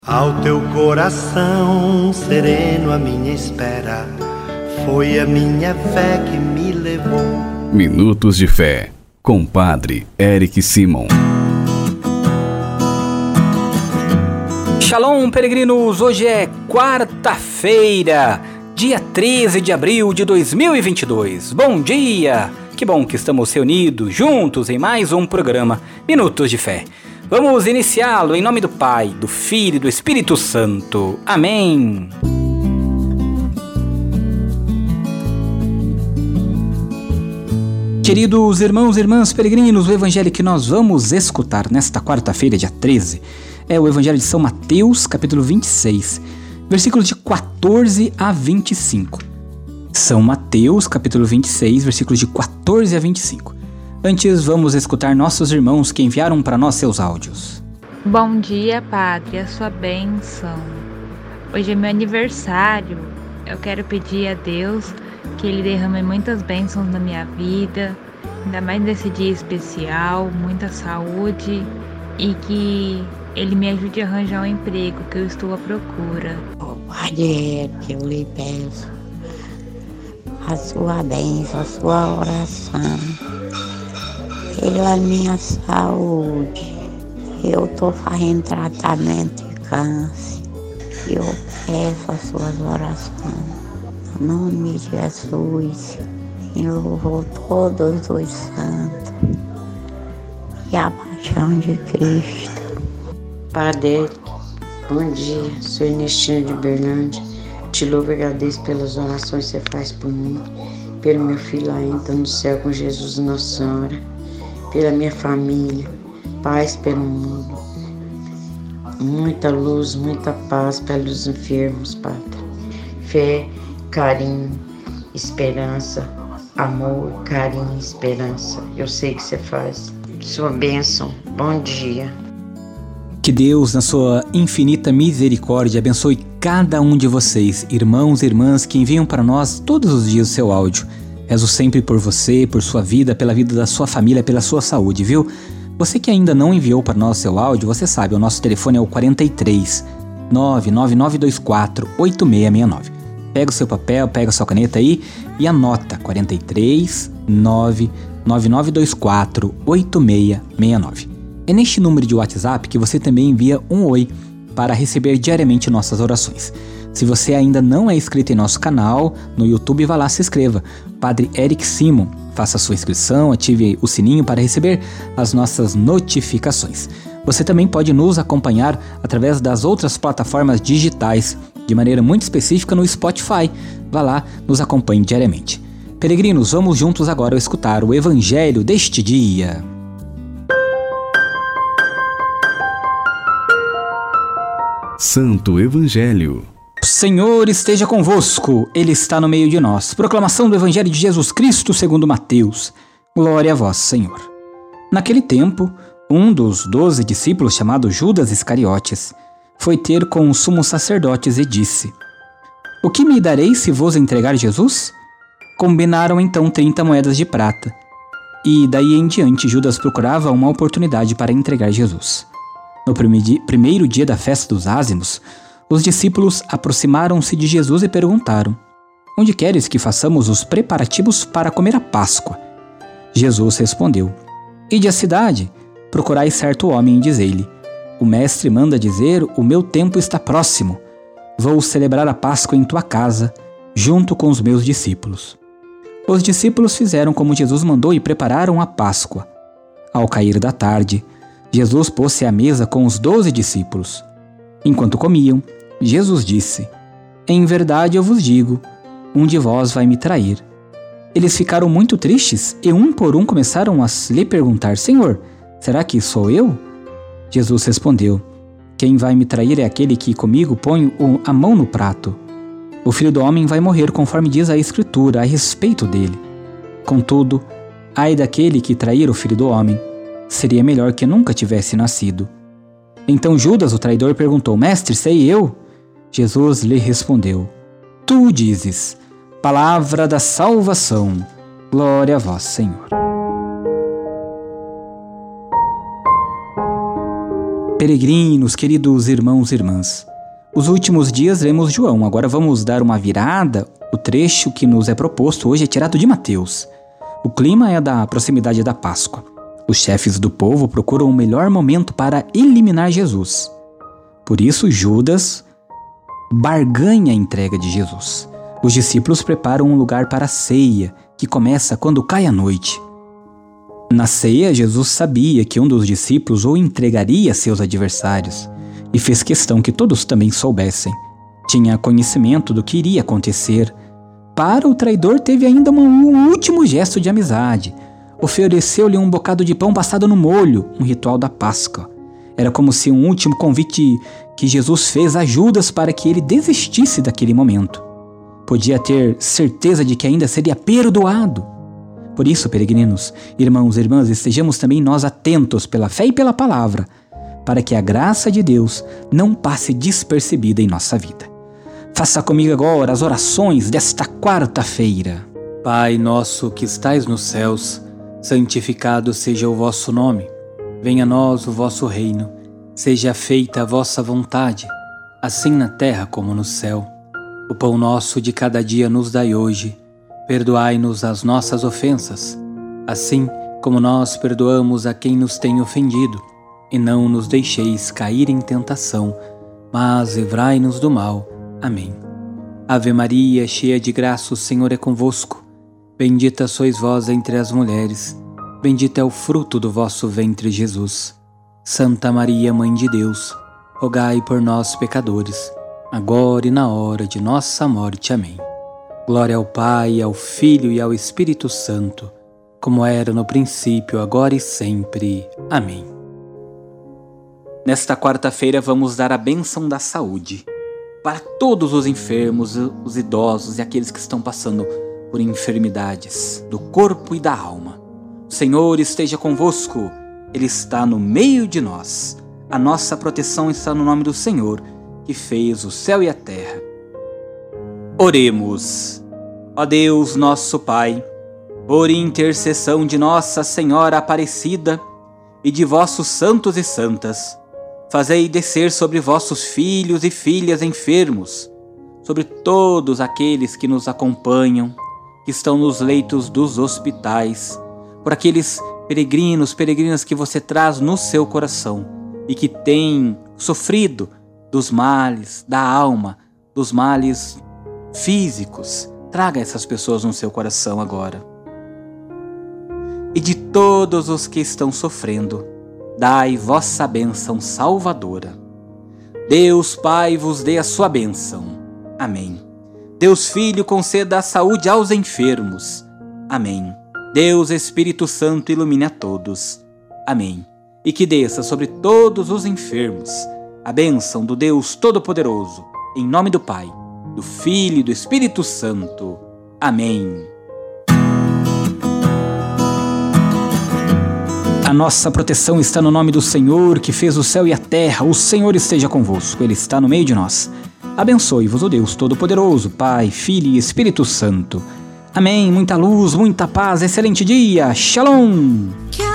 Ao teu coração sereno a minha espera, foi a minha fé que me levou. Minutos de Fé, com Padre Eric Simon. Shalom, peregrinos! Hoje é quarta-feira, dia 13 de abril de 2022. Bom dia! Que bom que estamos reunidos juntos em mais um programa Minutos de Fé. Vamos iniciá-lo em nome do Pai, do Filho e do Espírito Santo. Amém! Queridos irmãos e irmãs peregrinos, o evangelho que nós vamos escutar nesta quarta-feira, dia 13, é o evangelho de São Mateus, capítulo 26, versículos de 14 a 25. São Mateus, capítulo 26, versículos de 14 a 25. Antes, vamos escutar nossos irmãos que enviaram para nós seus áudios. Bom dia, Padre, a sua bênção. Hoje é meu aniversário. Eu quero pedir a Deus que Ele derrame muitas bênçãos na minha vida, ainda mais nesse dia especial, muita saúde e que Ele me ajude a arranjar um emprego que eu estou à procura. Padre, eu lhe peço a sua bênção, a sua oração pela minha saúde. Eu estou fazendo tratamento de câncer. Eu peço as suas orações. Em nome de Jesus, em louvor todos os santos e a paixão de Cristo. Padre, bom dia. Sou Ernestina de Berlândia. Te louvo e agradeço pelas orações que você faz por mim, pelo meu filho ainda no céu com Jesus Nossa Senhora, pela minha família, paz pelo mundo, muita luz, muita paz pelos enfermos, Padre. Fé, carinho, esperança, amor, carinho e esperança. Eu sei que você faz. Sua bênção. Bom dia. Que Deus, na sua infinita misericórdia, abençoe cada um de vocês, irmãos e irmãs que enviam para nós todos os dias o seu áudio. Rezo sempre por você, por sua vida, pela vida da sua família, pela sua saúde, viu? Você que ainda não enviou para nós seu áudio, você sabe, o nosso telefone é o 43 99924 8669. Pega o seu papel, pega a sua caneta aí e anota 43 99924 8669. É neste número de WhatsApp que você também envia um oi para receber diariamente nossas orações. Se você ainda não é inscrito em nosso canal no YouTube, vá lá, se inscreva. Padre Eric Simon, faça sua inscrição, ative o sininho para receber as nossas notificações. Você também pode nos acompanhar através das outras plataformas digitais, de maneira muito específica no Spotify. Vá lá, nos acompanhe diariamente. Peregrinos, vamos juntos agora escutar o Evangelho deste dia. Santo Evangelho. O Senhor esteja convosco, Ele está no meio de nós. Proclamação do Evangelho de Jesus Cristo segundo Mateus. Glória a vós, Senhor. Naquele tempo, um dos 12 discípulos, chamado Judas Iscariotes, foi ter com os sumos sacerdotes e disse: O que me dareis se vos entregar Jesus? Combinaram então 30 moedas de prata. E daí em diante Judas procurava uma oportunidade para entregar Jesus. No primeiro dia da festa dos ázimos, os discípulos aproximaram-se de Jesus e perguntaram: Onde queres que façamos os preparativos para comer a Páscoa? Jesus respondeu: Ide à cidade, procurai certo homem e dizei-lhe: O mestre manda dizer, o meu tempo está próximo. Vou celebrar a Páscoa em tua casa, junto com os meus discípulos. Os discípulos fizeram como Jesus mandou e prepararam a Páscoa. Ao cair da tarde, Jesus pôs-se à mesa com os 12 discípulos. Enquanto comiam, Jesus disse: Em verdade eu vos digo, um de vós vai me trair. Eles ficaram muito tristes e um por um começaram a lhe perguntar: Senhor, será que sou eu? Jesus respondeu: Quem vai me trair é aquele que comigo põe a mão no prato. O Filho do Homem vai morrer conforme diz a Escritura a respeito dele. Contudo, ai daquele que trair o Filho do Homem. Seria melhor que nunca tivesse nascido. Então Judas, o traidor, perguntou: Mestre, sei eu? Jesus lhe respondeu: Tu o dizes. Palavra da salvação. Glória a vós, Senhor. Peregrinos, queridos irmãos e irmãs, os últimos dias lemos João, agora vamos dar uma virada. O trecho que nos é proposto hoje é tirado de Mateus. O clima é da proximidade da Páscoa. Os chefes do povo procuram o melhor momento para eliminar Jesus. Por isso, Judas barganha a entrega de Jesus. Os discípulos preparam um lugar para a ceia, que começa quando cai a noite. Na ceia, Jesus sabia que um dos discípulos o entregaria a seus adversários e fez questão que todos também soubessem. Tinha conhecimento do que iria acontecer. Para o traidor, teve ainda um último gesto de amizade. Ofereceu-lhe um bocado de pão passado no molho, um ritual da Páscoa. Era como se um último convite que Jesus fez a Judas para que ele desistisse daquele momento. Podia ter certeza de que ainda seria perdoado. Por isso, peregrinos, irmãos e irmãs, estejamos também nós atentos pela fé e pela palavra, para que a graça de Deus não passe despercebida em nossa vida. Faça comigo agora as orações desta quarta-feira. Pai nosso que estais nos céus, santificado seja o vosso nome. Venha a nós o vosso reino. Seja feita a vossa vontade, assim na terra como no céu. O pão nosso de cada dia nos dai hoje. Perdoai-nos as nossas ofensas, assim como nós perdoamos a quem nos tem ofendido. E não nos deixeis cair em tentação, mas livrai-nos do mal. Amém. Ave Maria, cheia de graça, o Senhor é convosco. Bendita sois vós entre as mulheres. Bendito é o fruto do vosso ventre, Jesus. Santa Maria, Mãe de Deus, rogai por nós, pecadores, agora e na hora de nossa morte. Amém. Glória ao Pai, ao Filho e ao Espírito Santo, como era no princípio, agora e sempre. Amém. Nesta quarta-feira vamos dar a bênção da saúde para todos os enfermos, os idosos e aqueles que estão passando por enfermidades do corpo e da alma. O Senhor esteja convosco, Ele está no meio de nós. A nossa proteção está no nome do Senhor, que fez o céu e a terra. Oremos. Ó Deus, nosso Pai, por intercessão de Nossa Senhora Aparecida e de vossos santos e santas, fazei descer sobre vossos filhos e filhas enfermos, sobre todos aqueles que nos acompanham, que estão nos leitos dos hospitais, por aqueles peregrinas que você traz no seu coração e que têm sofrido dos males da alma, dos males físicos. Traga essas pessoas no seu coração agora. E de todos os que estão sofrendo, dai vossa bênção salvadora. Deus Pai vos dê a sua bênção. Amém. Deus Filho conceda a saúde aos enfermos. Amém. Deus Espírito Santo ilumine a todos. Amém. E que desça sobre todos os enfermos a bênção do Deus Todo-Poderoso, em nome do Pai, do Filho e do Espírito Santo. Amém. A nossa proteção está no nome do Senhor, que fez o céu e a terra. O Senhor esteja convosco, Ele está no meio de nós. Abençoe-vos o Deus Todo-Poderoso, Pai, Filho e Espírito Santo. Amém. Muita luz, muita paz, excelente dia. Shalom.